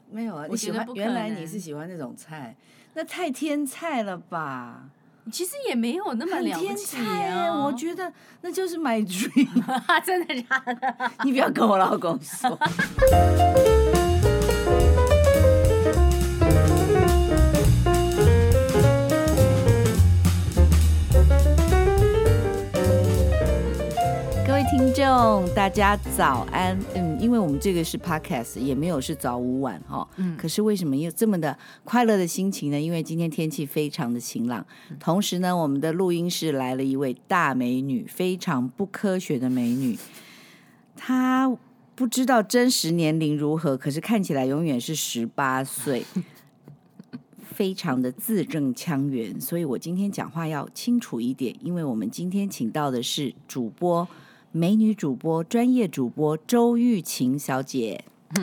没有啊，你喜欢原来你是喜欢那种菜，那太天菜了吧？ 其实也没有那么了不起啊！我觉得那就是 my dream 真的假的？ 你不要跟我老公说。各位听众，大家早安。因为我们这个是 podcast， 也没有是早午晚哈。可是为什么有这么的快乐的心情呢？因为今天天气非常的晴朗，同时呢，我们的录音室来了一位大美女，非常不科学的美女。她不知道真实年龄如何，可是看起来永远是18岁。非常的字正腔圆，所以我今天讲话要清楚一点，因为我们今天请到的是主播。美女主播、专业主播周玉琴小姐，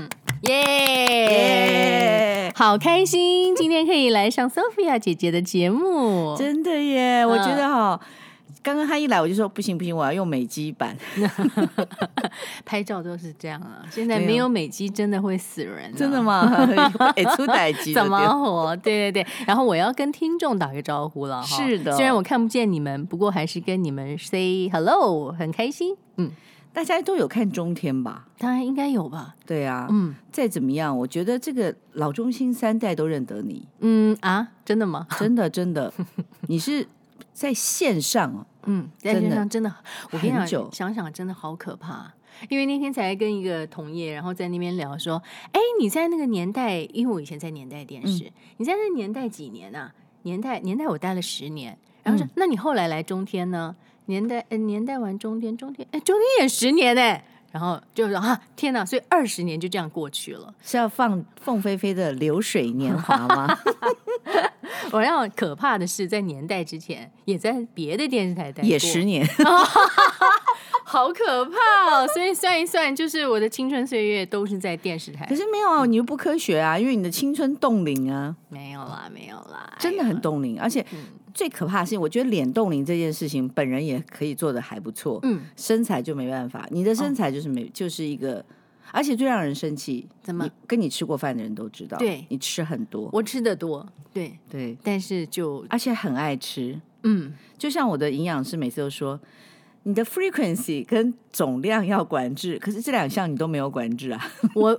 耶！好开心，今天可以来上 Sophia 姐姐的节目， 真的耶！我觉得刚刚她一来我就说不行，我要用美肌版。 拍照都是这样啊，现在没有美肌真的会死人、啊。 真的吗？出代机怎么活？对。然后我要跟听众打个招呼了。 是的， 虽然我看不见你们，不过还是跟你们 say hello， 很开心。 大家都有看中天吧？ 当然应该有吧。 对啊，再怎么样，我觉得这个老中青3代都认得你。 真的吗？ 真的，你是在线上在线上真的，我跟你讲，想想真的好可怕。因为那天才跟一个同业，然后在那边聊说，你在那个年代，因为我以前在年代电视，你在那个年代几年啊？年代我待了10年，然后说，那你后来来中天呢？年代完中天也10年然后就说天哪，所以20年就这样过去了。 是要放凤飞飞的流水年华吗？ 我让可怕的是，在年代之前，也在别的电视台待过， 也10年， 好可怕哦！所以算一算，就是我的青春岁月都是在电视台。 可是没有啊，你又不科学啊，因为你的青春冻龄啊。 没有啦， 真的很冻龄，而且最可怕的是，我觉得脸冻龄这件事情，本人也可以做得还不错。身材就没办法，你的身材就是一个。而且最让人生气，怎么？跟你吃过饭的人都知道， 对， 你吃很多， 我吃得多，对，但是而且很爱吃，就像我的营养师每次都说，你的 frequency 跟总量要管制，可是这2项你都没有管制啊。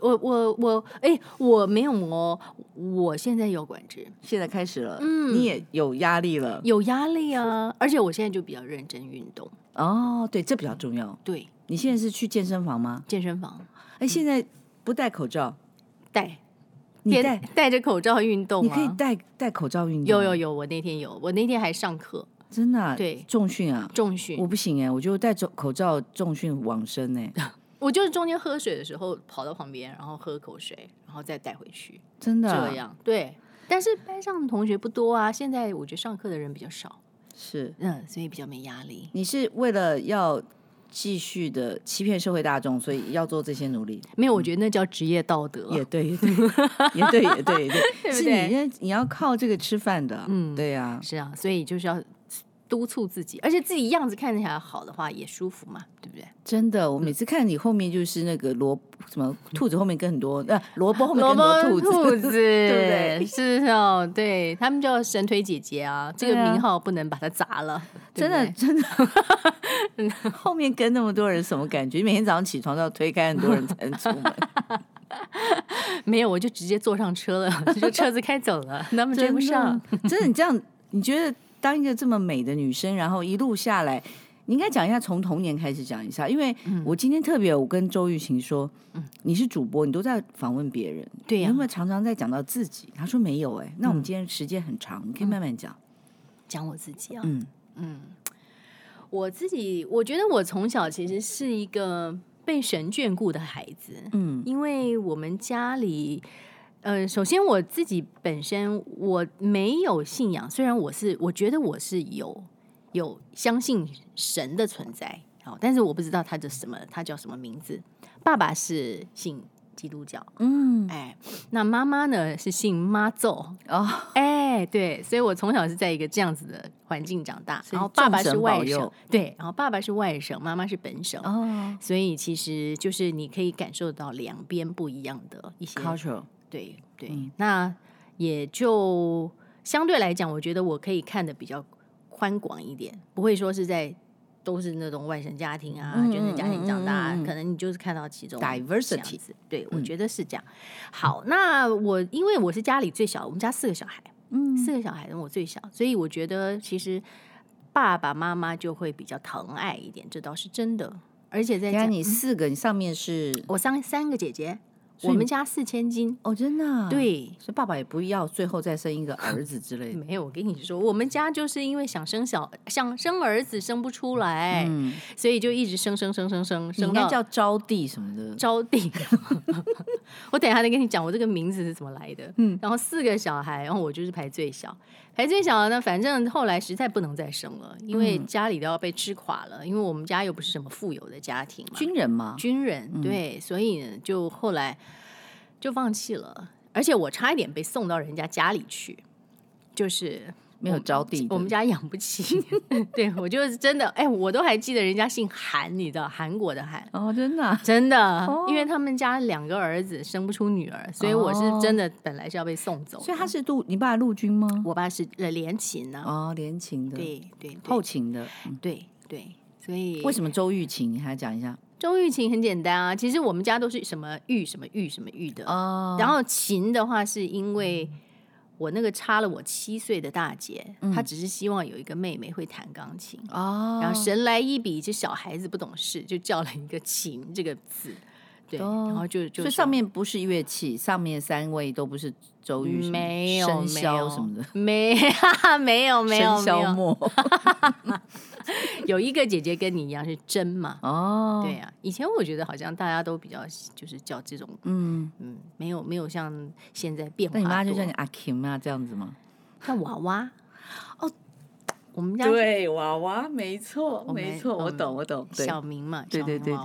我没有哦，我现在有管制， 现在开始了，你也有压力了， 有压力啊，而且我现在就比较认真运动。 对，这比较重要。 对， 你现在是去健身房吗？ 健身房。 现在不戴口罩？ 你戴着口罩运动吗？ 你可以戴口罩运动。 有，我那天还上课。 真的对， 重训啊， 我不行我就戴口罩重训往生我就是中间喝水的时候跑到旁边，然后喝口水，然后再带回去。 真的这样对，但是班上的同学不多啊，现在我觉得上课的人比较少， 是所以比较没压力。 你是为了要继续的欺骗社会大众，所以要做这些努力？ 没有，我觉得那叫职业道德。 也对，是你要靠这个吃饭的。对啊， 是啊，所以就是要督促自己，而且自己样子看起来好的话也舒服嘛，对不对？ 真的，我每次看你后面就是那个什么兔子后面跟很多萝卜后面跟很多兔子，对不对？ 是哦，对，他们叫神推姐姐啊，这个名号不能把它砸了。 真的，后面跟那么多人什么感觉？每天早上起床都要推开很多人才能出门。 没有，我就直接坐上车了，就车子开走了，他们追不上。 真的，你这样，你觉得当一个这么美的女生，然后一路下来，你应该讲一下从童年开始讲一下，因为我今天特别我跟周玉琴说，你是主播，你都在访问别人， 对呀， 你有没有常常在讲到自己？他说没有那我们今天时间很长，你可以慢慢讲我自己啊。我自己，我觉得我从小其实是一个被神眷顾的孩子。因为我们家里，首先我自己本身我没有信仰，虽然我觉得我是有相信神的存在，但是我不知道他叫什么名字。爸爸是信基督教，那妈妈呢是信妈祖对，所以我从小是在一个这样子的环境长大，然后爸爸是外省，对，然后爸爸是外省，妈妈是本省，所以其实就是你可以感受到两边不一样的一些 culture， 对对，那也就相对来讲，我觉得我可以看得比较宽广一点，不会说是都是那种外省家庭啊、眷村家庭长大，可能你就是看到其中 diversity。 对，我觉得是这样。好，那因为我是家里最小，我们家4个小孩，4个小孩，我最小，所以我觉得其实爸爸妈妈就会比较疼爱一点，这倒是真的。而且在你4个，你上面是我3个姐姐。我们家4000斤哦，真的啊？ 对， 所以爸爸也不要最后再生一个儿子之类的。 没有，我跟你说，我们家就是因为想生儿子生不出来，所以就一直生应该叫招娣什么的。 招娣，我等一下再跟你讲我这个名字是怎么来的。然后4个小孩，然后我就是排最小的呢。反正后来实在不能再生了，因为家里都要被吃垮了。因为我们家又不是什么富有的家庭嘛， 军人嘛， 军人对，所以呢就后来就放弃了。而且我差一点被送到人家家里去，就是没有招娣， 我们家养不起。对，我就是真的，我都还记得人家姓韩，你知道，韩国的韩。 哦，真的啊？ 真的，因为他们家2个儿子生不出女儿，所以我是真的本来是要被送走。 所以他是你爸陆军吗？ 我爸是联勤呢。 哦，联勤的， 对， 后勤的。 对，所以为什么周玉琴？你还讲一下。 周玉琴很简单啊，其实我们家都是什么玉什么玉什么玉的。然后琴的话是因为我那个差了我7岁的大姐，她只是希望有一个妹妹会弹钢琴，然后神来一笔，就小孩子不懂事，就叫了一个琴这个字。对，然后就所以上面不是乐器，上面3位都不是周玉， 没有生肖什么的， 没有生肖末。 有一个姐姐跟你一样是真嘛？对啊，以前我觉得好像大家都比较就是叫这种，没有像现在变化多。 那你妈就叫你阿 Kim 啊这样子吗？ 叫娃娃。我们家对娃娃，没错，我懂， 小名嘛， 对，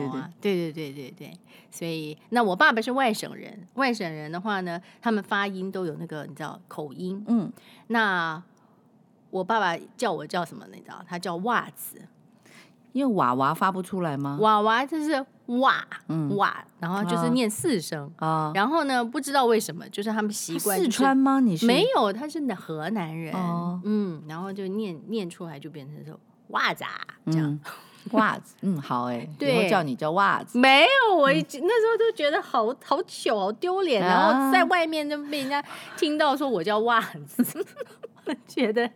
所以那我爸爸是外省人，外省人的话呢，他们发音都有那个你知道口音，那我爸爸叫我叫什么？你知道，他叫袜子， 因为娃娃发不出来吗？ 娃娃就是哇哇，然后就是念4声啊。然后呢，不知道为什么，就是他们习惯四川吗？你是没有？他是河南人，然后就念出来就变成说袜子这样。 袜子，好以后叫你叫袜子。 没有，我那时候都觉得好糗，好丢脸，然后在外面就被人家听到说我叫袜子。觉得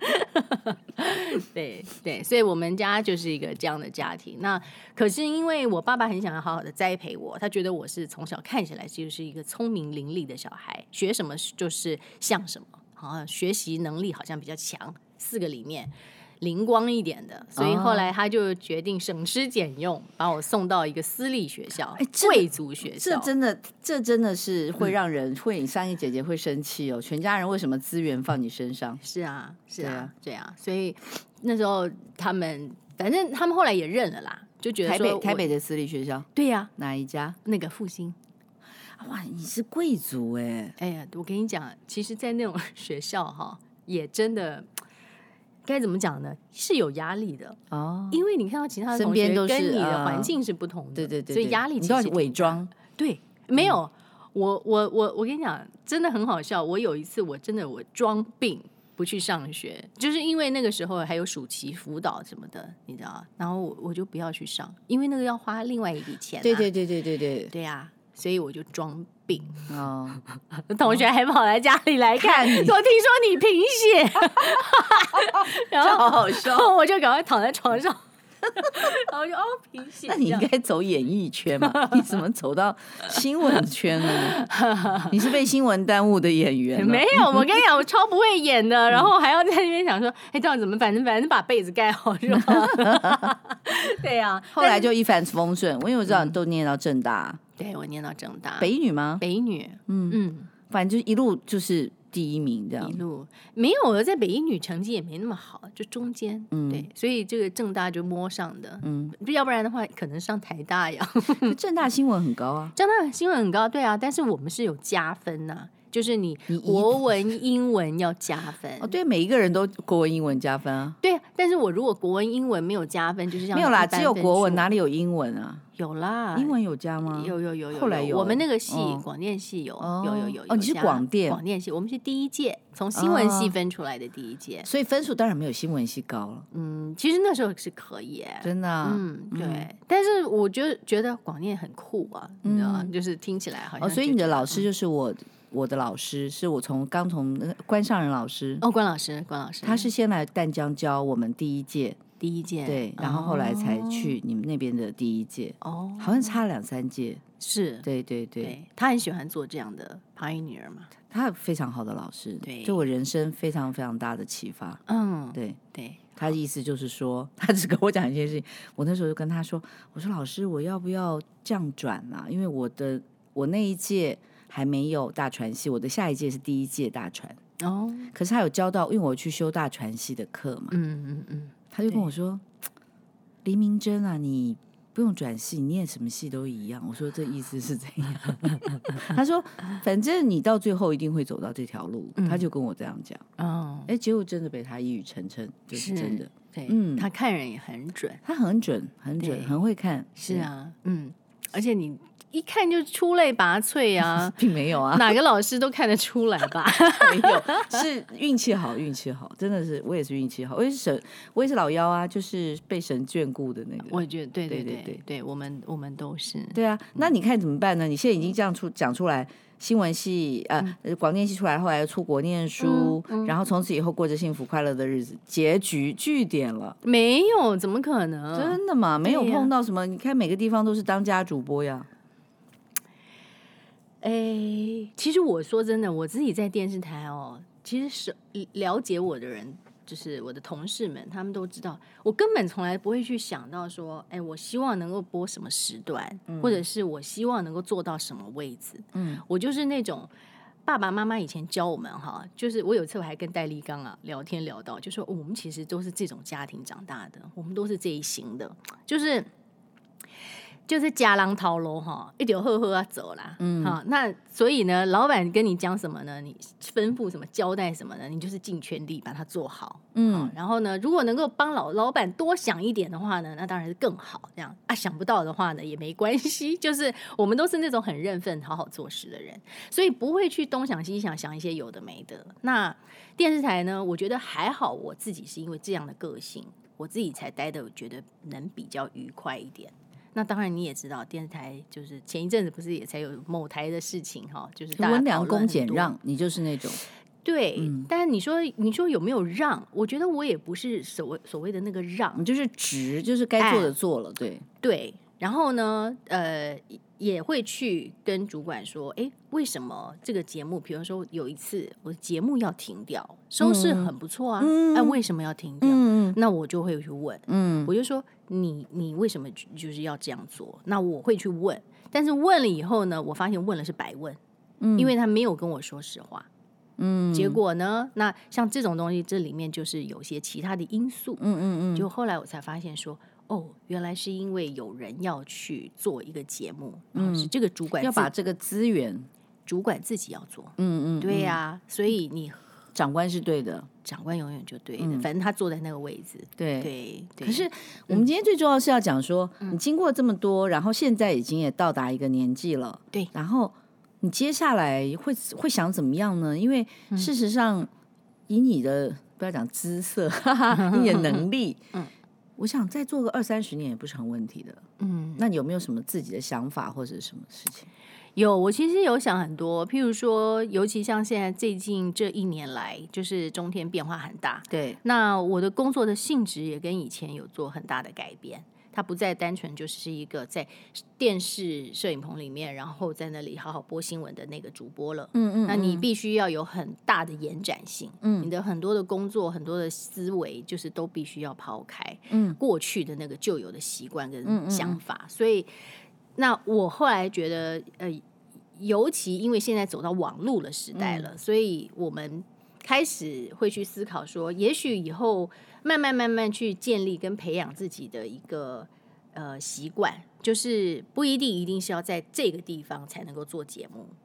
对，所以我们家就是一个这样的家庭。那可是因为我爸爸很想要好好的栽培我，他觉得我是从小看起来就是一个聪明伶俐的小孩，学什么就是像什么，好像学习能力好像比较强，4个里面灵光一点的，所以后来他就决定省吃俭用，把我送到一个私立学校，贵族学校。 这真的是会让人会你3个姐姐会生气哦。全家人为什么资源放你身上？ 是啊，所以那时候反正他们后来也认了啦，就觉得说台北的私立学校。 对呀， 哪一家？ 那个复兴。 哇，你是贵族哎呀，我跟你讲，其实，在那种学校也真的。该怎么讲呢？是有压力的因为你看到其他的同学跟你的环境是不同的， 对， 所以压力其实你都要伪装。 对，没有，我跟你讲，真的很好笑。我有一次我装病不去上学，就是因为那个时候还有暑期辅导什么的，你知道，然后我就不要去上，因为那个要花另外一笔钱。对呀，所以我就装病同学还跑来家里来看，说听说你贫血，然后好好笑， 我就赶快躺在床上，然后就贫血。 那你应该走演艺圈嘛？你怎么走到新闻圈了？你是被新闻耽误的演员？ 没有，我跟你讲，我超不会演的，然后还要在那边想说，这样怎么，反正把被子盖好是吧？对呀， 后来就一帆风顺，因为我知道你都念到政大。 对，我念到政大。 北女吗？ 北女， 反正就一路就是第1名这样。 一路没有，我在北一女成绩也没那么好，就中间。对，所以这个政大就摸上的。要不然的话，可能上台大呀。 政大新闻很高啊， 政大新闻很高，对啊，但是我们是有加分呐。 就是你国文、英文要加分。 哦，对，每一个人都国文、英文加分啊。 对，但是我如果国文、英文没有加分，就是像没有啦，只有国文，哪里有英文啊？ 有啦， 英文有加吗？ 有， 后来有。 我们那个系广电系有。 哦，你是广电系，我们是第一届，从新闻系分出来的第一届， 所以分数当然没有新闻系高了。 其实那时候是可以， 真的啊。 对。但是我觉得广电很酷啊，你知道吗？就是听起来好像。 所以你的老师就是我的老师，是我刚从关上人老师。 关老师， 他是先来淡江教我们第一届， 对， 然后后来才去你们那边的第一届。好像差2-3届。 是， 对， 他很喜欢做这样的 pioneer 嘛。 他非常好的老师，对我人生非常非常大的启发。对。他的意思就是说，他只跟我讲一件事情，我那时候就跟他说，我说老师，我要不要降转啊？因为我那一届还没有大传系，我的下一届是第一届大传。可是他有教到，因为我去修大传系的课嘛。他就跟我说，黎明真啊，你不用转系，你念什么系都一样。我说这意思是怎样？他说反正你到最后一定会走到这条路。他就跟我这样讲。结果真的被他一语成谶，就是真的。 对，他看人也很准， 他很准，很会看。 是啊，而且你一看就出类拔萃啊。 并没有啊， 哪个老师都看得出来吧？ 没有，是运气好，真的是，我也是运气好，我也是老幺啊，就是被神眷顾的那个。 我觉得对，我们都是。 对啊，那你看怎么办呢？你现在已经这样讲出来，新闻系广电系出来，后来又出国念书，然后从此以后过着幸福快乐的日子，结局句点了。 没有，怎么可能？ 真的吗？没有碰到什么？你看每个地方都是当家主播呀。 其实我说真的，我自己在电视台其实是了解我的人，就是我的同事们，他们都知道，我根本从来不会去想到说，我希望能够播什么时段，或者是我希望能够做到什么位置。我就是那种爸爸妈妈以前教我们就是我有一次我还跟戴立刚聊天聊到，就说我们其实都是这种家庭长大的，我们都是这一型的，就是家人头路一直呵呵走啦。那所以呢，老板跟你讲什么呢？你吩咐什么、交代什么呢？你就是尽全力把它做好。然后呢，如果能够帮老板多想一点的话呢，那当然是更好。这样想不到的话呢，也没关系。就是我们都是那种很认份、好好做事的人，所以不会去东想西想，想一些有的没的。那电视台呢，我觉得还好，我自己是因为这样的个性，我自己才待的，我觉得能比较愉快一点。那当然你也知道，电视台就是前一阵子不是也才有某台的事情就是大家温良恭俭让，你就是那种。 对，但是你说有没有让？我觉得我也不是所谓的那个让， 你就是就是该做的做了。 对。然后呢，也会去跟主管说，为什么这个节目，比如说有一次我的节目要停掉，收视很不错啊，为什么要停掉？那我就会去问，我就说你为什么就是要这样做？那我会去问，但是问了以后呢，我发现问了是白问，因为他没有跟我说实话。结果呢，那像这种东西，这里面就是有些其他的因素。就后来我才发现说，原来是因为有人要去做一个节目，是这个主管要把这个资源， 主管自己要做。对呀，所以你长官是对的， 长官永远就对的，反正他坐在那个位置。对。 可是我们今天最重要是要讲说，你经过这么多，然后现在已经也到达一个年纪了， 对， 然后你接下来会想怎么样呢？因为事实上，以你的不要讲姿色，你的能力，我想再做个20-30年也不是很问题的。那你有没有什么自己的想法或者什么事情？ 有，我其实有想很多，譬如说，尤其像现在最近这1年来，就是中天变化很大。 对， 那我的工作的性质也跟以前有做很大的改变。它不再单纯就是一个在电视摄影棚里面，然后在那里好好播新闻的那个主播了。那你必须要有很大的延展性。你的很多的工作、很多的思维，就是都必须要抛开过去的那个旧有的习惯跟想法。所以，那我后来觉得，尤其因为现在走到网络的时代了，所以我们开始会去思考说，也许以后慢慢去建立跟培养自己的一个习惯，就是不一定是要在这个地方才能够做节目，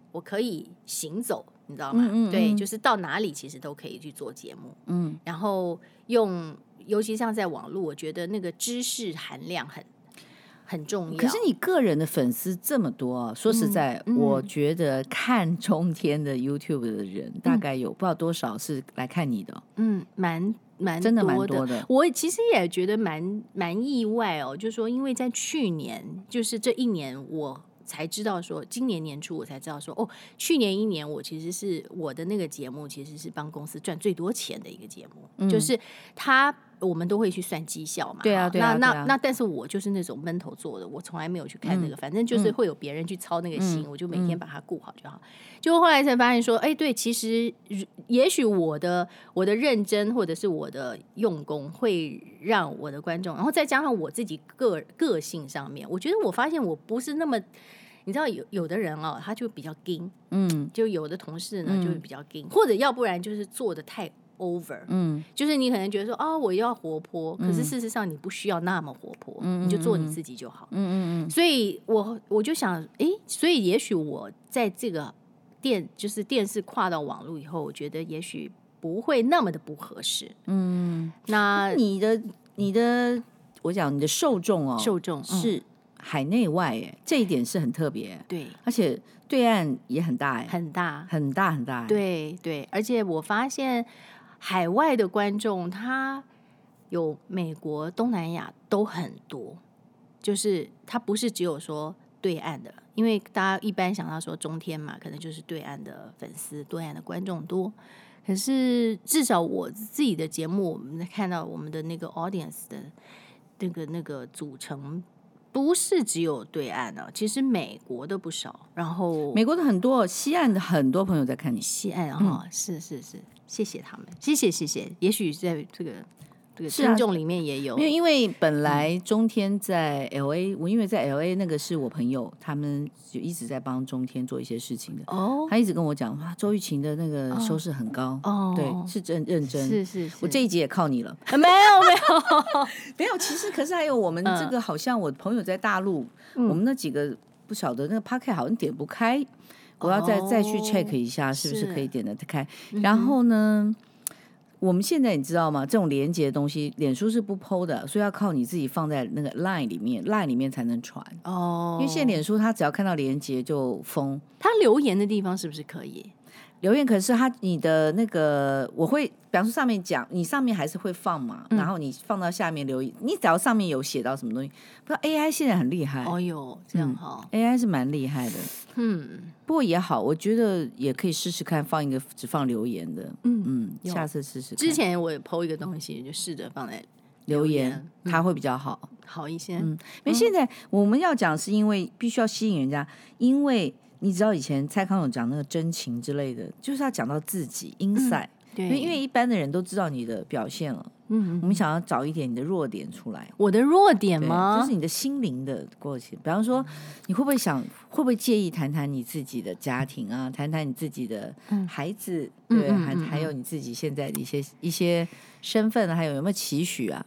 我可以行走，你知道吗？对，就是到哪里其实都可以去做节目。然后尤其像在网络，我觉得那个知识含量很重要。 可是你个人的粉丝这么多，说实在，我觉得看中天的 YouTube 的人大概有不知道多少是来看你的。真的蛮多的。 我其实也觉得蛮意外哦，就是说，因为在去年，就是这一年我才知道说，今年年初我才知道说，去年1年我其实是我的那个节目其实是帮公司赚最多钱的一个节目，就是我们都会去算绩效嘛。 对啊， 那但是我就是那种闷头做的，我从来没有去看那个，反正就是会有别人去操那个心，我就每天把它顾好就好。就后来才发现说，对，其实也许我的认真或者是我的用功，会让我的观众，然后再加上我自己个性上面，我觉得我发现我不是那么。你知道有的人他就比较硬，就有的同事呢就会比较硬，或者要不然就是做的太 over，就是你可能觉得说我要活泼，可是事实上你不需要那么活泼，你就做你自己就好。所以我就想，所以也许我在这个就是电视跨到网络以后，我觉得也许不会那么的不合适。那你的我讲你的受众是海内外这一点是很特别。 对， 而且对岸也很大很大很大很大。 对，而且我发现海外的观众他有美国、东南亚都很多，就是他不是只有说对岸的，因为大家一般想到说中天嘛，可能就是对岸的粉丝、对岸的观众多。可是至少我自己的节目，我们看到我们的那个 audience 的那个组成。不是只有对岸啊，其实美国的不少，然后美国的很多，西岸的很多朋友在看你。 西岸是，谢谢他们，谢谢。也许在这个听众里面也有， 因为本来中天在 LA，我因为在 LA 那个是我朋友，他们就一直在帮中天做一些事情的。他一直跟我讲，周玉琴的那个收视很高，对，是真认真。 是， 我这一集也靠你了。没有。其实可是还有我们这个，好像我朋友在大陆，我们那几个不晓得那个 Podcast 好像点不开，我要再去 check 一下是不是可以点得开。然后呢？我们现在你知道吗？这种连结的东西，脸书是不 po 的，所以要靠你自己放在那个 Line 里面才能传。因为现在脸书它只要看到连结就封。 它留言的地方是不是可以留言？可是你的那个我会，比方说上面讲，你上面还是会放嘛，然后你放到下面留言，你只要上面有写到什么东西，不知道 AI 现在很厉害。 这样好 ，AI 是蛮厉害的。不过也好，我觉得也可以试试看，放一个只放留言的。下次试试看。 之前我也 po 一个东西，就试着放在留言，它会比较好一些。 因为现在我们要讲，是因为必须要吸引人家，因为你知道以前蔡康永讲那个真情之类的，就是要讲到自己 inside。对，因为一般的人都知道你的表现了。我们想要找一点你的弱点出来。 我的弱点吗？ 就是你的心灵的过程。比方说，你会不会介意谈谈你自己的家庭啊？谈谈你自己的孩子，对，还有你自己现在的一些身份，还有没有期许啊？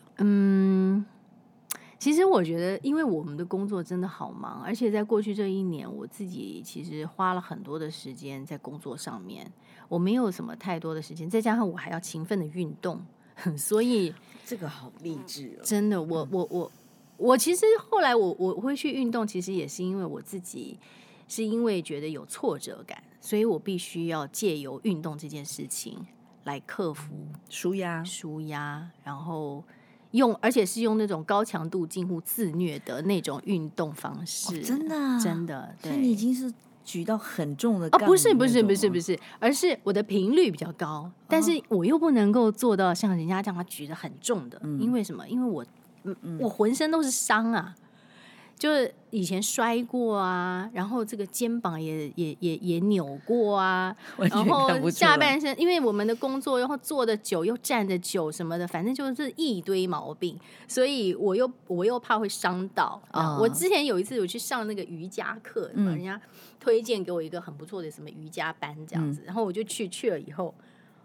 其实我觉得，因为我们的工作真的好忙，而且在过去这1年，我自己其实花了很多的时间在工作上面，我没有什么太多的时间，再加上我还要勤奋的运动。所以这个好励志真的，我其实后来我会去运动，其实也是因为我自己是因为觉得有挫折感，所以我必须要借由运动这件事情来克服舒压， 然后而且是用那种高强度近乎自虐的那种运动方式。 真的， 对， 所以你已经是举到很重的杠不是，而是我的频率比较高，但是我又不能够做到像人家这样举得很重的。因为什么？因为我浑身都是伤啊，就是以前摔过啊，然后这个肩膀也扭过啊，然后下半身因为我们的工作，然后坐的久又站的久什么的，反正就是一堆毛病，所以我又怕会伤到。我之前有一次我去上那个瑜伽课，人家推荐给我一个很不错的什么瑜伽班这样子，然后我就去了以后，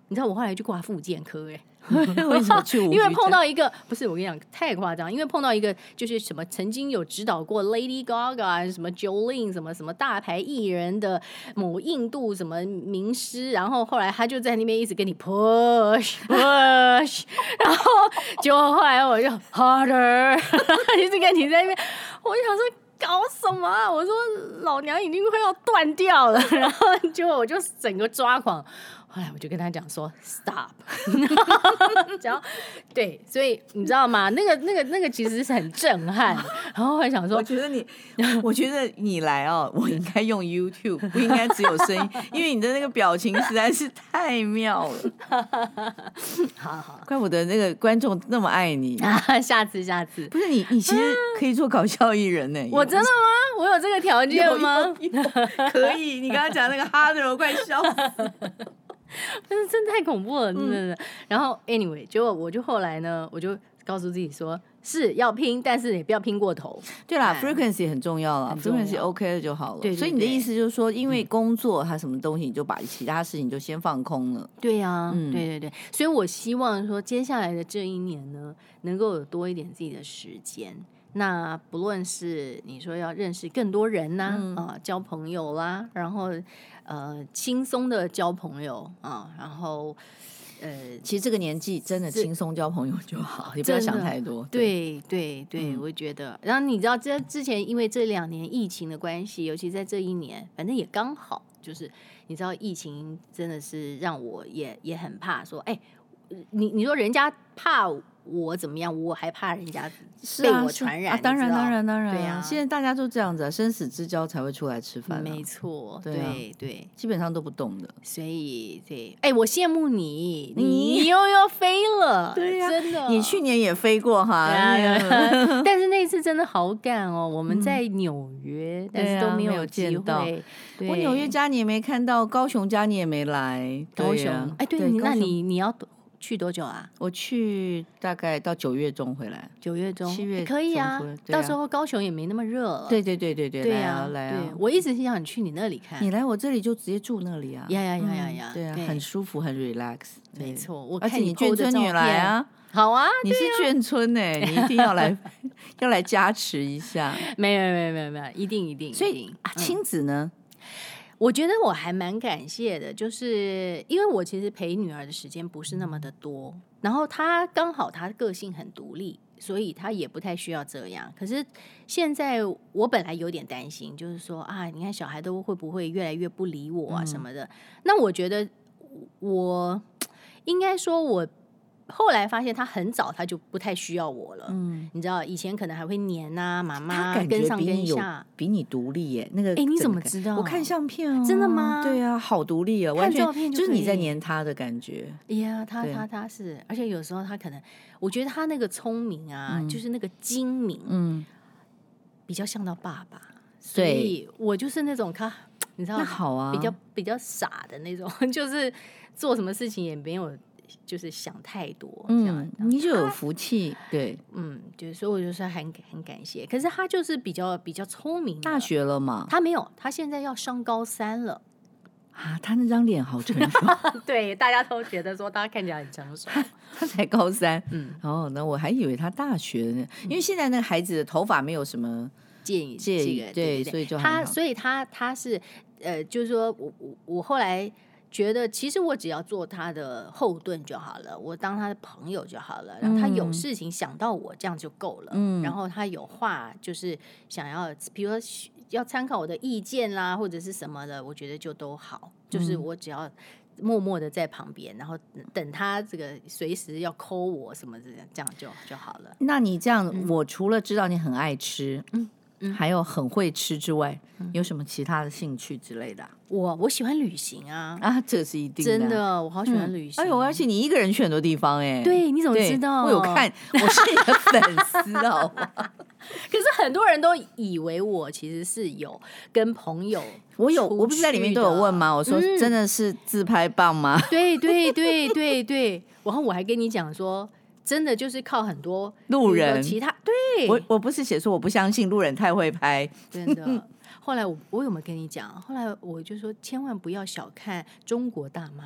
你知道我后来去挂复健科为什么去因为碰到一个不是我跟你讲太夸张，因为碰到一个就是什么曾经有指导过 Lady Gaga 什么 Jolene 什么什么大牌艺人的某印度什么名师，然后后来他就在那边一直跟你 push， 然后结果后来我就 harder 一直跟你在那边，我就想说搞什么啊？我说老娘已经快要断掉了，然后结果我就整个抓狂。后来我就跟他讲说 stop， 然后对，所以你知道吗？那个其实是很震撼。然后我还想说， 我觉得你来哦，我应该用 YouTube， 不应该只有声音，因为你的那个表情实在是太妙了。好，怪不得那个观众那么爱你。 下次不是你其实可以做搞笑艺人呢。 我真的吗？我有这个条件吗？ 可以。你刚刚讲那个哈的，我快笑死了。 但是真的太恐怖了，真的。然后 anyway， 结果我就后来呢，我就告诉自己说，是要拼，但是也不要拼过头。 对啦，frequency 很重要啦，frequency OK 了就好了。对，所以你的意思就是说，因为工作它什么东西，你就把其他事情就先放空了。 对呀，对。所以我希望说，接下来的这一年呢，能够有多一点自己的时间。那不论是你说要认识更多人呐，交朋友啦，然后轻松的交朋友啊，然后其实这个年纪真的轻松交朋友就好，也不要想太多。 对，我觉得。然后你知道，之前因为这2年疫情的关系，尤其在这1年，反正也刚好，就是你知道疫情真的是让我也很怕说，你说人家怕我怎么样，我还怕人家被我传染。 当然， 对啊， 现在大家都这样子啊，生死之交才会出来吃饭。 没错，对， 基本上都不动的。 所以对，我羡慕你，你又要飞了， 对呀， 真的。 你去年也飞过哈， 但是那次真的好赶哦，我们在纽约，但是都没有见到。 我纽约家你也没看到，高雄家你也没来。 高雄，对，那你要去多久啊？ 我去大概到9月中回来。 9月中， 7月可以啊。到时候高雄也没那么热了。 对，来啊！ 我一直是想去你那里看。 你来我这里就直接住那里啊。 呀， 对啊，很舒服，很 relax。 没错， 而且你眷村女来啊。 好啊， 你是眷村你一定要来加持一下。 没有，一定。 所以亲子呢？ 我觉得我还蛮感谢的，就是因为我其实陪女儿的时间不是那么的多，然后她刚好她个性很独立，所以她也不太需要这样。可是现在我本来有点担心，就是说你看小孩都会不会越来越不理我啊什么的。那我觉得我应该说我后来发现他很早他就不太需要我了，你知道以前可能还会黏妈妈跟上跟下， 比你独立耶。那个你怎么知道？ 我看相片哦。 真的吗？ 对啊，好独立哦，完全就是你在黏他的感觉。 呀，他是，而且有时候他可能，我觉得他那个聪明啊，就是那个精明，比较像到爸爸，所以我就是那种你知道， 那好啊， 比较傻的那种，就是做什么事情也没有。就是想太多， 你就有福气，对， 对，所以我就是很感谢。可是他就是比较聪明， 大学了嘛？ 他没有，他现在要上高3了啊！他那张脸好成熟， 对，大家都觉得说他看起来很成熟。 他才高3，那我还以为他大学呢，因为现在那个孩子的头发没有什么介意，对，所以就所以他是就是说我后来。觉得其实我只要做他的后盾就好了，我当他的朋友就好了，然后他有事情想到我这样就够了，然后他有话就是想要，比如说要参考我的意见啦，或者是什么的，我觉得就都好，就是我只要默默的在旁边，然后等他这个随时要call我什么的，这样就好了。 那你这样，我除了知道你很爱吃，还有很会吃之外，有什么其他的兴趣之类的？ 我喜欢旅行啊， 这是一定的， 真的，我好喜欢旅行。 而且你一个人去很多地方对，你怎么知道？ 我有看，我是你的粉丝哦。 可是很多人都以为我其实是有跟朋友， 我不是在里面都有问吗？我说真的是自拍棒吗？ 对，然后我还跟你讲说。真的就是靠很多路人， 其他对我不是写说我不相信路人太会拍， 真的。后来我有没有跟你讲？后来我就说千万不要小看中国大妈，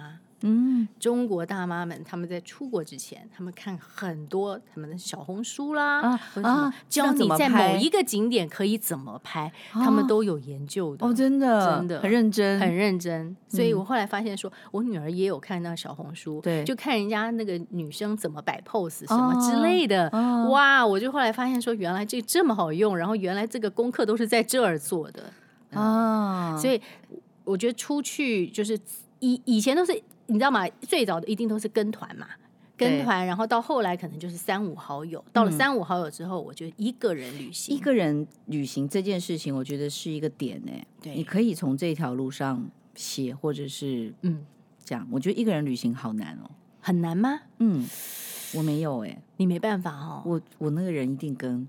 中国大妈们他们在出国之前，他们看很多他们的小红书啦，或者什么教你在某一个景点可以怎么拍，他们都有研究的。 真的很认真， 很认真。所以我后来发现说，我女儿也有看那小红书， 对， 就看人家那个女生怎么摆 pose 什么之类的。哇，我就后来发现说，原来这么好用，然后原来这个功课都是在这儿做的所以我觉得出去就是以前都是你知道吗？最早的一定都是跟团嘛，跟团，然后到后来可能就是3-5好友。到了3-5好友之后，我觉得一个人旅行， 一个人旅行这件事情，我觉得是一个点对，你可以从这条路上写，或者是讲。我觉得一个人旅行好难哦， 很难吗？ 我没有你没办法哦。 我那个人一定跟。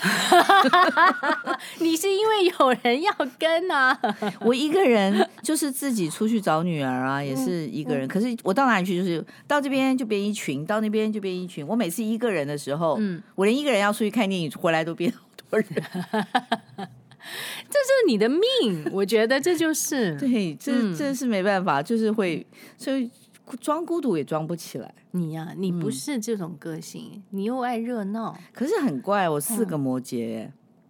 你是因为有人要跟啊？ 我一个人就是自己出去找女儿啊，也是一个人。可是我到哪里去，就是到这边就变一群，到那边就变一群。我每次一个人的时候，我连一个人要出去看电影回来都变好多人。 这是你的命，我觉得这就是对，这是没办法，就是会，所以装孤独也装不起来。 你呀，你不是这种个性，你又爱热闹。 可是很怪，我4个摩羯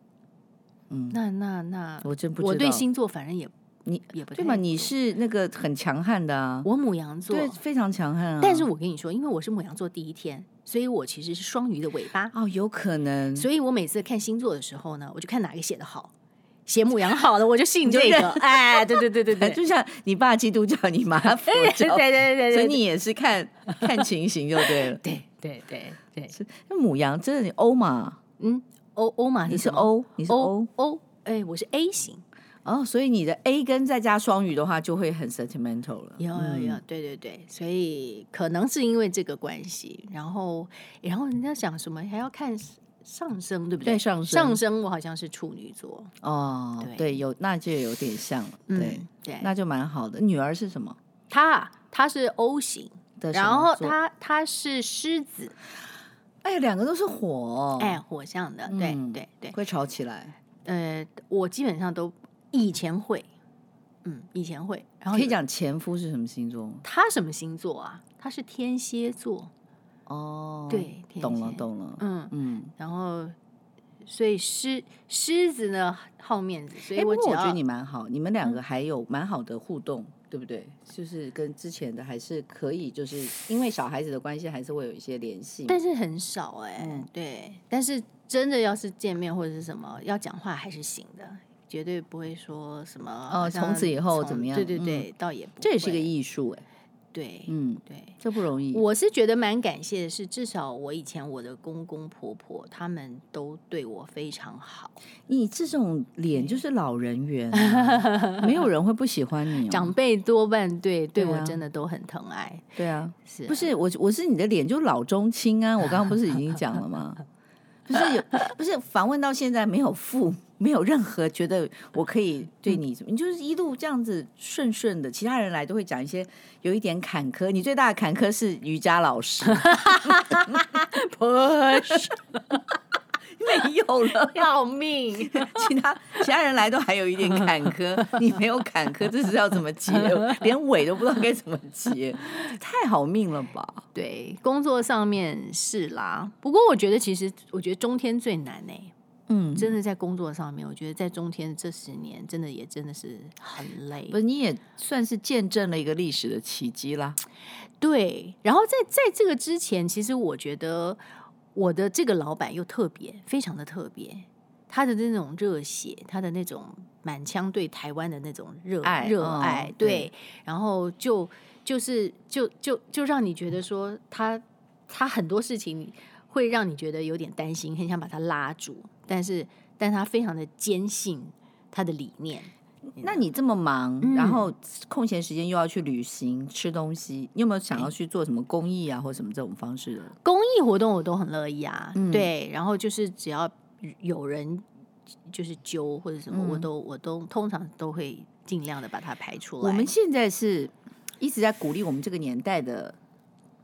那我真不知道。 我对星座反正也不太对嘛？你是那个很强悍的啊， 我牡羊座， 对，非常强悍啊。 但是我跟你说，因为我是牡羊座第一天，所以我其实是双鱼的尾巴。 有可能。 所以我每次看星座的时候呢，我就看哪个写得好。写牡羊好的我就信这个，对， 就像你爸基督教，你妈佛教，对，所以你也是看情形就对了， 对。 那牡羊真的你欧嘛？ 欧嘛， 你是欧， 我是 A 型所以你的 A 跟再加双鱼的话，就会很 sentimental 了。 有，对，所以可能是因为这个关系，然后人家讲什么还要看。上升对不对？ 对，上升我好像是处女座对，那就有点像了，对，那就蛮好的。女儿是什么？ 她是 O 型的，然后她是狮子。 两个都是火， 火象的，对， 会吵起来。 我基本上都以前会，然后可以讲前夫是什么星座？ 他什么星座啊？他是天蝎座。对， 懂了， 然后所以狮子呢好面子，所以我觉得你蛮好，你们2个还有蛮好的互动，对不对？就是跟之前的还是可以，就是因为小孩子的关系，还是会有一些联系， 但是很少对，但是真的要是见面或者是什么要讲话还是行的，绝对不会说什么从此以后怎么样？ 对，倒也不会， 这也是个艺术对， 对，这不容易。 我是觉得蛮感谢的是，至少我以前我的公公婆婆他们都对我非常好。 你这种脸就是老人缘没有人会不喜欢你长辈多半对我真的都很疼爱。 对啊，不是我是你的脸就老中青啊，我刚刚不是已经讲了吗？不是访问到现在没有任何觉得我可以对你你就是一路这样子顺的，其他人来都会讲一些有一点坎坷，你最大的坎坷是瑜伽老师不是没有了， 要命其他人来都还有一点坎坷，你没有坎坷，这是要怎么接？连尾都不知道该怎么接，太好命了吧？ 对，工作上面是啦，不过我觉得中天最难真的在工作上面，我觉得在中天这10年真的是很累。 不是，你也算是见证了一个历史的奇迹啦。 对，然后在这个之前，其实我觉得我的这个老板又特别，非常的特别，他的那种热血，他的那种满腔对台湾的那种热爱，对，然后就是让你觉得说他很多事情会让你觉得有点担心，很想把他拉住，但他非常的坚信他的理念。 那你这么忙，然后空闲时间又要去旅行、吃东西，你有没有想要去做什么公益啊，或什么这种方式的公益活动？我都很乐意啊，对，然后就是只要有人就是揪或者什么，我都通常都会尽量的把它排出来。 我们现在是一直在鼓励我们这个年代的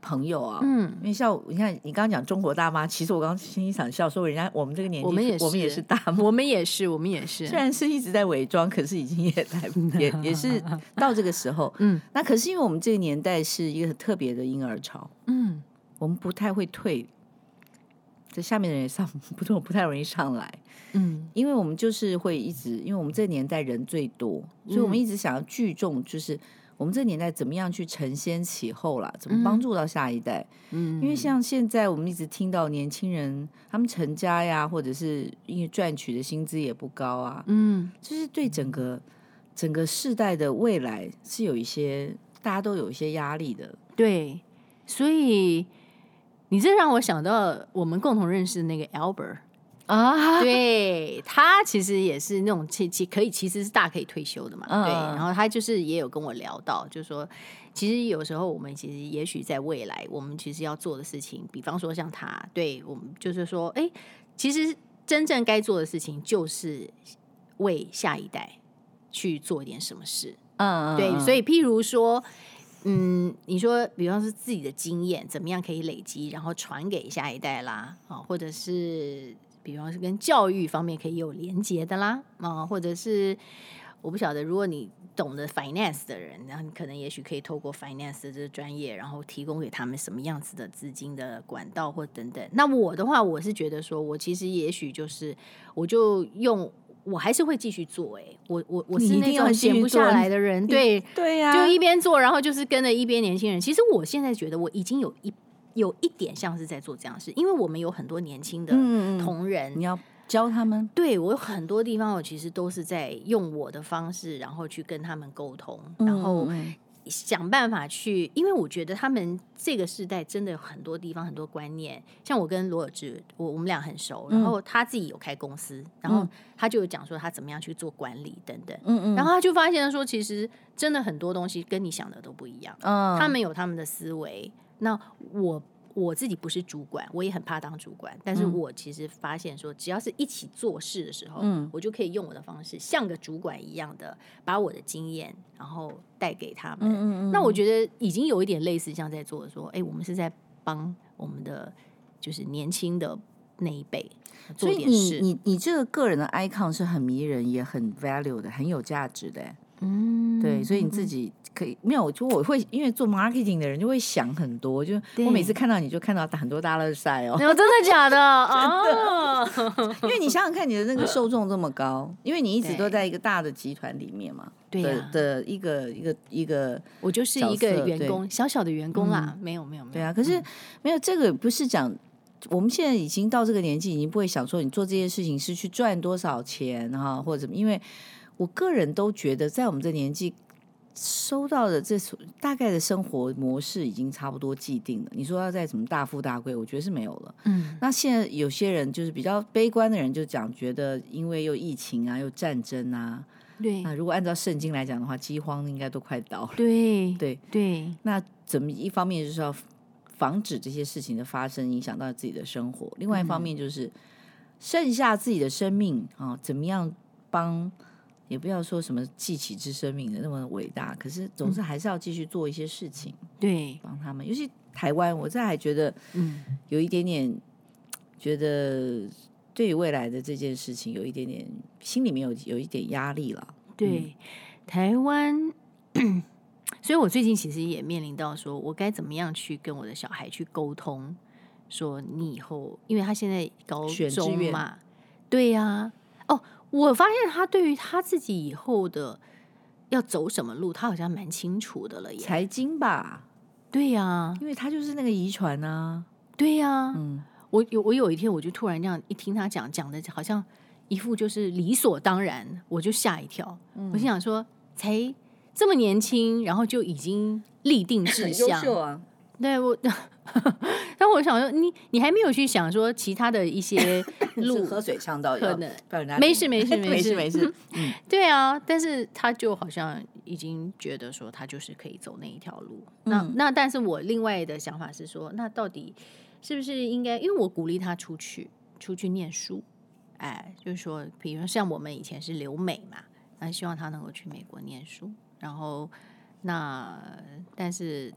朋友啊，因为像你看你刚刚讲中国大妈，其实我刚刚心里想笑，说人家我们这个年纪，我们也是大妈， 我们也是，虽然是一直在伪装，可是已经也是到这个时候，那可是因为我们这个年代是一个很特别的婴儿潮，我们不太会退，这下面的人也不太容易上来，因为我们就是会一直，因为我们这个年代人最多，所以我们一直想要聚众，就是我们这个年代怎么样去承先启后啦，怎么帮助到下一代？因为像现在我们一直听到年轻人他们成家呀，或者是因为赚取的薪资也不高啊，就是对整个世代的未来是有一些大家都有一些压力的。 对，所以你这让我想到我们共同认识的那个 Albert。对，他其实也是那种其实是大可以退休的嘛，对。然后他就是也有跟我聊到，就是说，其实有时候我们其实也许在未来，我们其实要做的事情，比方说像他，对我们就是说，其实真正该做的事情就是为下一代去做一点什么事，对。所以譬如说，你说，比方说自己的经验怎么样可以累积，然后传给下一代啦，或者是比方是跟教育方面可以有连结的啦，或者是我不晓得，如果你懂得 finance 的人，然后你可能也许可以透过 finance 的这个专业，然后提供给他们什么样子的资金的管道或等等。那我的话，我是觉得说，我其实也许就是我就用。我还是会继续做，我是那种闲不下来的人，对呀， 就一边做，然后就是跟着一边年轻人。其实我现在觉得我已经有一点像是在做这样的事，因为我们有很多年轻的同仁， 你要教他们。 对，我有很多地方我其实都是在用我的方式，然后去跟他们沟通，然后想办法去，因为我觉得他们这个世代真的有很多地方很多观念，像我跟罗尔志，我们俩很熟，然后他自己有开公司，然后他就有讲说他怎么样去做管理等等，然后他就发现说，其实真的很多东西跟你想的都不一样，他们有他们的思维，那我自己不是主管，我也很怕当主管，但是我其实发现说，只要是一起做事的时候，我就可以用我的方式，像个主管一样的，把我的经验然后带给他们。那我觉得已经有一点类似像在做说，我们是在帮我们的就是年轻的那一辈做点事。 所以你这个个人的 icon 是很迷人，也很 value 的，很有价值的。对，所以你自己可以没有，就我会因为做 marketing 的人就会想很多，就我每次看到你就看到很多大垃圾哦， 真的假的哦？ 因为你想想看，你的那个受众这么高，因为你一直都在一个大的集团里面嘛， 对的一个， 我就是一个员工，小小的员工啦，没有， 对啊，可是没有这个不是讲。我们现在已经到这个年纪，已经不会想说你做这些事情是去赚多少钱哈，或者怎么，因为我个人都觉得，在我们这年纪收到的这大概的生活模式已经差不多既定了。你说要再怎么大富大贵，我觉得是没有了。那现在有些人就是比较悲观的人，就讲觉得因为又疫情啊，又战争啊， 对， 那如果按照圣经来讲的话，饥荒应该都快到了。 对， 那怎么一方面就是要防止这些事情的发生，影响到自己的生活；另外一方面就是剩下自己的生命啊，怎么样帮？也不要说什么记起之生命的那么伟大，可是总是还是要继续做一些事情， 对， 帮他们。尤其台湾，我还觉得，有一点点觉得对于未来的这件事情，有一点点心里面有一点压力了。 对，台湾。所以我最近其实也面临到说我该怎么样去跟我的小孩去沟通，说你以后，因为他现在高中嘛，对呀，我发现他对于他自己以后的要走什么路，他好像蛮清楚的了耶。 财经吧， 对呀， 因为他就是那个遗传啊。 对呀，我有一天我就突然这样一听他讲的，好像一副就是理所当然，我就吓一跳。我心想说，才这么年轻，然后就已经立定志向， 很优秀啊。 对我，但我想说，你还没有去想说其他的一些路， 喝水呛到可能没事，对啊，但是他就好像已经觉得说他就是可以走那一条路。那但是我另外的想法是说，那到底是不是应该？因为我鼓励他出去念书，就是说，比如像我们以前是留美嘛，那希望他能够去美国念书。然后但是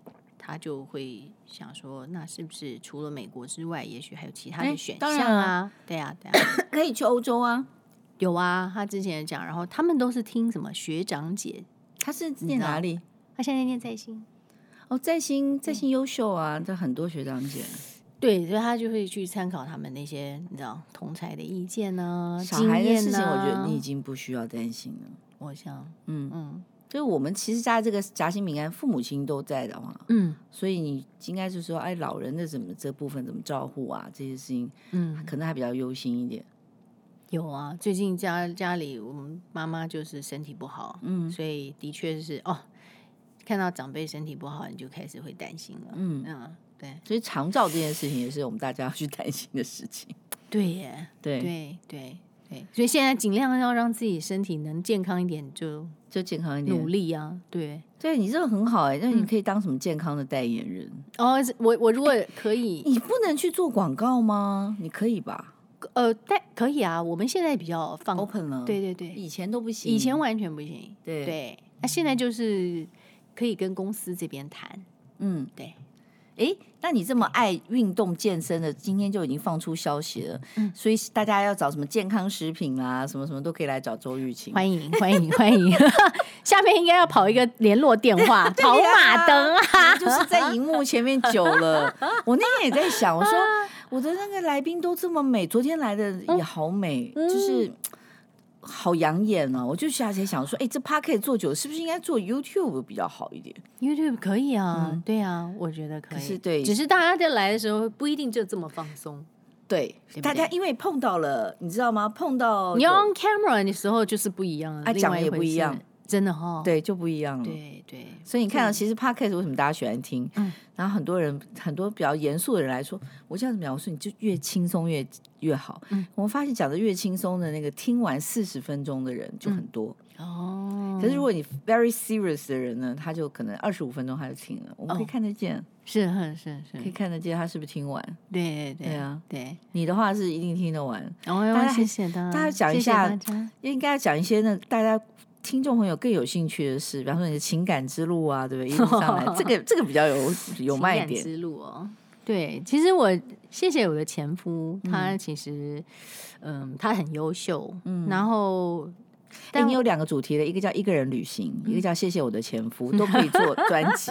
他就会想说，那是不是除了美国之外，也许还有其他的选当然项啊？对啊，对啊， 可以去欧洲啊。 有啊，他之前讲，然后他们都是听什么学长姐， 他是念哪里？ 他现在念在新。 哦，在新优秀啊，这很多学长姐。 对，所以他就会去参考他们那些你知道同侪的意见呢、 小孩的事情，我觉得得你已经不需要担心了。 我想， 就是我们其实家这个夹心饼干，父母亲都在的话，所以你应该是说，哎，老人的这部分怎么照顾啊？这些事情，可能还比较忧心一点。 有啊，最近家里我们妈妈就是身体不好，所以的确是看到长辈身体不好，你就开始会担心了，对， 所以长照这件事情也是我们大家要去担心的事情。 对耶， 对， 所以现在尽量要让自己身体能健康一点，就健康一点， 努力啊。对， 你这个很好那你可以当什么健康的代言人？ 我如果可以， 你不能去做广告吗？你可以吧？ 可以啊。我们现在比较放 open 了， 对， 以前都不行， 以前完全不行。对，那现在就是可以跟公司这边谈。对。 那你这么爱运动健身的，今天就已经放出消息了，所以大家要找什么健康食品啦，什么什么都可以来找周玉琴， 欢迎下面应该要跑一个联络电话，跑马灯啊， 就是在荧幕前面久了。我那天也在想，我说我的那个来宾都这么美，昨天来的也好美，就是好养眼哦！我就想说，这 podcast 做久了，是不是应该做 YouTube 比较好一点 ？YouTube 可以啊，对啊，我觉得可以。 可是对， 只是大家在来的时候不一定就这么放松。 对，大家因为碰到了，你知道吗？碰到你 on camera 的时候就是不一样了， 讲的也不一样。 真的哈， 对，就不一样了。 对， 所以你看到，其实 podcast 为什么大家喜欢听？然后很多比较严肃的人来说，我这样子描述，你就越轻松越好。我们发现讲的越轻松的那个，听完40分钟的人就很多。可是如果你 very serious 的人呢，他就可能25分钟他就听了。我们可以看得见， 是， 可以看得见他是不是听完？ 对啊， 对。 你的话是一定听得完。 谢谢大家讲一下，应该讲一些那大家听众朋友更有兴趣的事，比方说你的情感之路啊，对不对？一路上来，这个比较有卖点。 情感之路对，其实我谢谢我的前夫，他其实他很优秀，然后你有2个主题的，一个叫一个人旅行，一个叫谢谢我的前夫，都可以做专辑。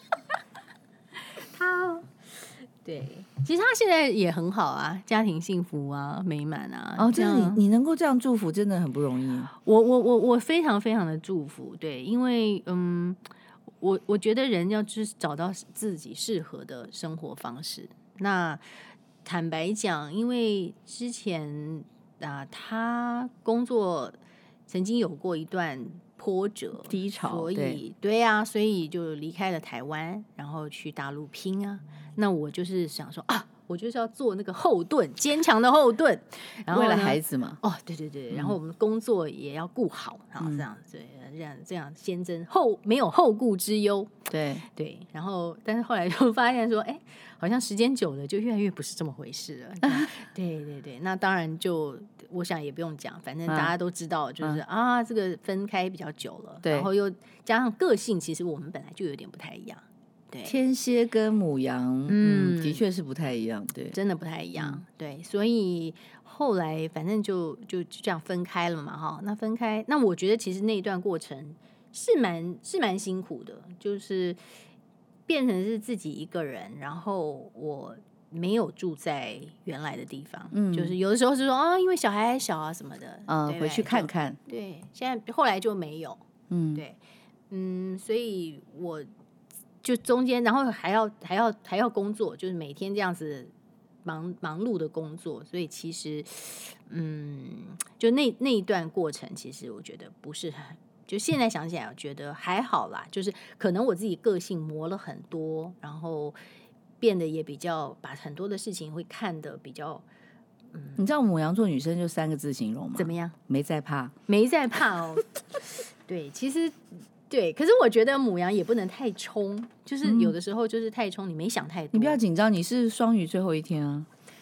对，其实他现在也很好啊，家庭幸福啊，美满啊。 这样你能够这样祝福，真的很不容易。 我非常非常的祝福，对，因为我觉得人要就是找到自己适合的生活方式。那坦白讲，因为之前他工作曾经有过一段波折低潮， 所以对啊，所以就离开了台湾，然后去大陆拼啊。那我就是想说我就是要做那个后盾，坚强的后盾，然后为了孩子嘛。 对，然后我们工作也要顾好，然后这样先增没有后顾之忧。 对， 然后但是后来就发现说，好像时间久了就越来越不是这么回事了。对，那当然就我想也不用讲，反正大家都知道，就是这个分开比较久了，然后又加上个性，其实我们本来就有点不太一样。 天蝎跟牡羊，的确是不太一样，对， 真的不太一样，对，所以后来反正就这样分开了嘛，那分开，那我觉得其实那一段过程是蛮辛苦的，就是变成是自己一个人，然后我没有住在原来的地方，就是有的时候是说因为小孩还小啊什么的， 回去看看， 对，现在后来就没有，对，所以我。就中间，然后还要工作，就是每天这样子忙碌的工作，所以其实，就那一段过程，其实我觉得不是很，就现在想起来，我觉得还好啦，就是可能我自己个性磨了很多，然后变得也比较把很多的事情会看得比较， 你知道牡羊座女生就3个字形容吗？ 怎么样？ 没在怕， 没在怕哦。对，其实。对，可是我觉得牡羊也不能太冲，就是有的时候就是太冲，你没想太多。 你不要紧张，你是双鱼最后一天啊。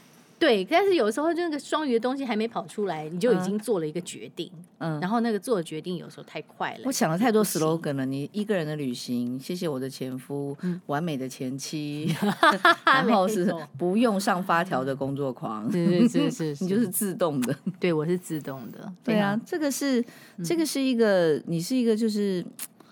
对，但是有时候这个双鱼的东西还没跑出来，你就已经做了一个决定，然后那个做的决定有时候太快了。 我想了太多 slogan 了，你一个人的旅行，谢谢我的前夫，完美的前妻，然后是不用上发条的工作狂， 是， 你就是自动的。 对，我是自动的。 对啊，这个是一个，你是一个就是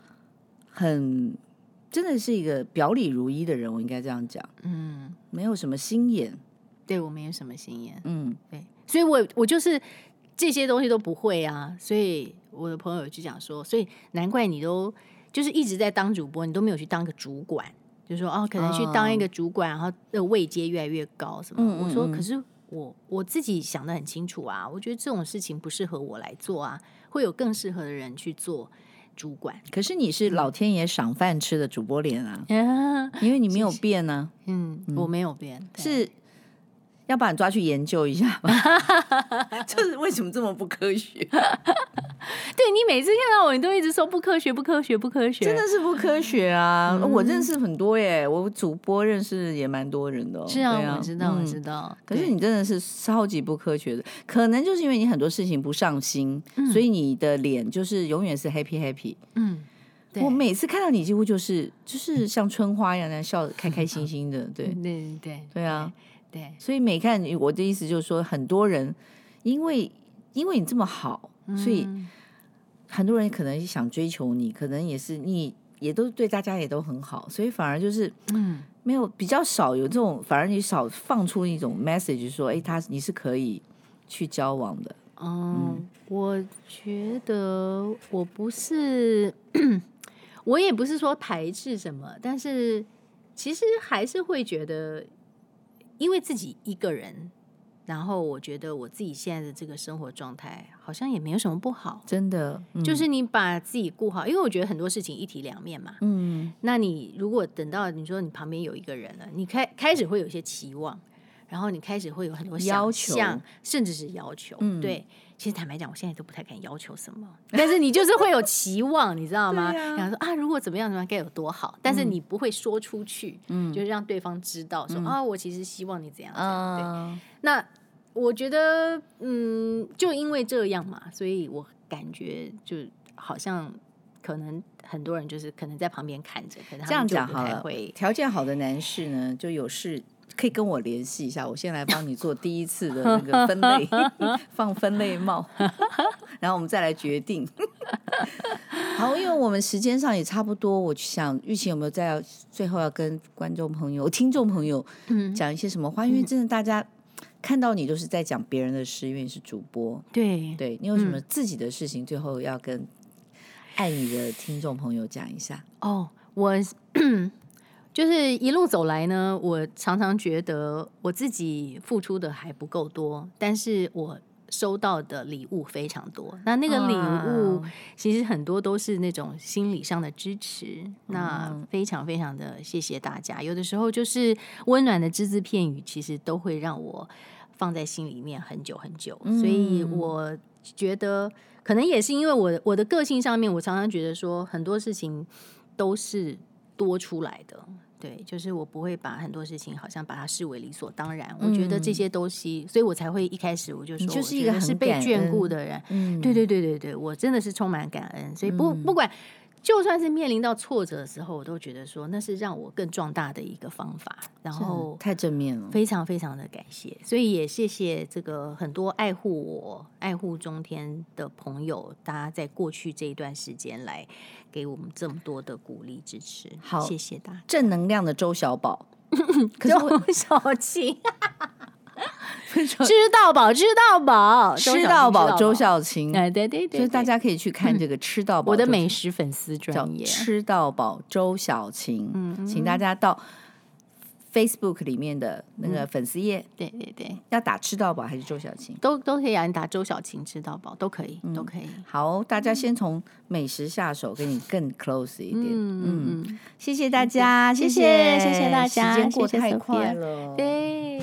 真的是一个表里如一的人，我应该这样讲。没有什么心眼。 对，我没有什么心眼。对，所以我就是这些东西都不会啊。所以我的朋友就讲说，所以难怪你都就是一直在当主播，你都没有去当个主管，就说可能去当一个主管，然后的位阶越来越高什么。我说，可是我自己想得很清楚啊，我觉得这种事情不适合我来做啊，会有更适合的人去做主管。 可是你是老天爷赏饭吃的主播脸啊，因为你没有变啊。 我没有变， 是要把你抓去研究一下吧。就是为什么这么不科学？ 对，你每次看到我，你都一直说不科学，不科学，不科学， 真的是不科学啊！我认识很多耶，我主播认识也蛮多人的。 是啊，我知道，我知道。 可是你真的是超级不科学的，可能就是因为你很多事情不上心，所以你的脸就是永远是 happy happy。我每次看到你，几乎就是像春花一样，那笑得开开心心的。对啊。 对， 所以每看我的意思就是说，很多人因为你这么好，所以很多人可能想追求你，可能也是你也都对大家也都很好，所以反而就是没有比较少有这种，反而你少放出一种 message 说，你是可以去交往的。 我觉得我不是，我也不是说排斥什么，但是其实还是会觉得。因为自己一个人，然后我觉得我自己现在的这个生活状态好像也没有什么不好， 真的。 就是你把自己顾好，因为我觉得很多事情一体两面嘛。那你如果等到你说你旁边有一个人了，你开始会有一些期望，然后你开始会有很多想象，甚至是要求。对，其实坦白讲，我现在都不太敢要求什么，但是你就是会有期望，你知道吗？然后说如果怎么样怎么样该有多好，但是你不会说出去，就是让对方知道说我其实希望你怎样怎样。对，那我觉得就因为这样嘛，所以我感觉就好像可能很多人就是可能在旁边看着，可能他们就不太会。 条件好的男士呢，就有事可以跟我联系一下，我先来帮你做第一次的那个分类，放分类帽，然后我们再来决定。好，因为我们时间上也差不多，我想玉琴有没有最后要跟观众朋友、听众朋友讲一些什么话？因为真的大家看到你都是在讲别人的事，因为你是主播。对，你有什么自己的事情最后要跟爱你的听众朋友讲一下？ 我就是一路走来呢，我常常觉得我自己付出的还不够多，但是我收到的礼物非常多。那个礼物其实很多都是那种心理上的支持，那非常非常的谢谢大家。有的时候就是温暖的只字片语，其实都会让我放在心里面很久很久。所以我觉得可能也是因为我的个性上面，我常常觉得说很多事情都是多出来的。对，就是我不会把很多事情好像把它视为理所当然。我觉得这些东西，所以我才会一开始我就说， 你就是一个是被眷顾的人。对，我真的是充满感恩。所以不管就算是面临到挫折的时候，我都觉得说那是让我更壮大的一个方法。然后太正面了， 非常非常的感谢。所以也谢谢这个很多爱护我、爱护中天的朋友，大家在过去这一段时间来给我们这么多的鼓励支持。 好， 谢谢大家。 正能量的周小宝， 周小晴。吃到饱，周小晴，对， 所以大家可以去看这个吃到饱， 我的美食粉丝专页吃到饱周小晴，请大家到 Facebook 里面的那个粉丝页， 对， 要打吃到饱还是周小晴都可以啊，你打周小晴吃到饱都可以，都可以。 好，大家先从美食下手，给你更 close 一点。谢谢大家，谢谢大家， 时间过太快了， 对。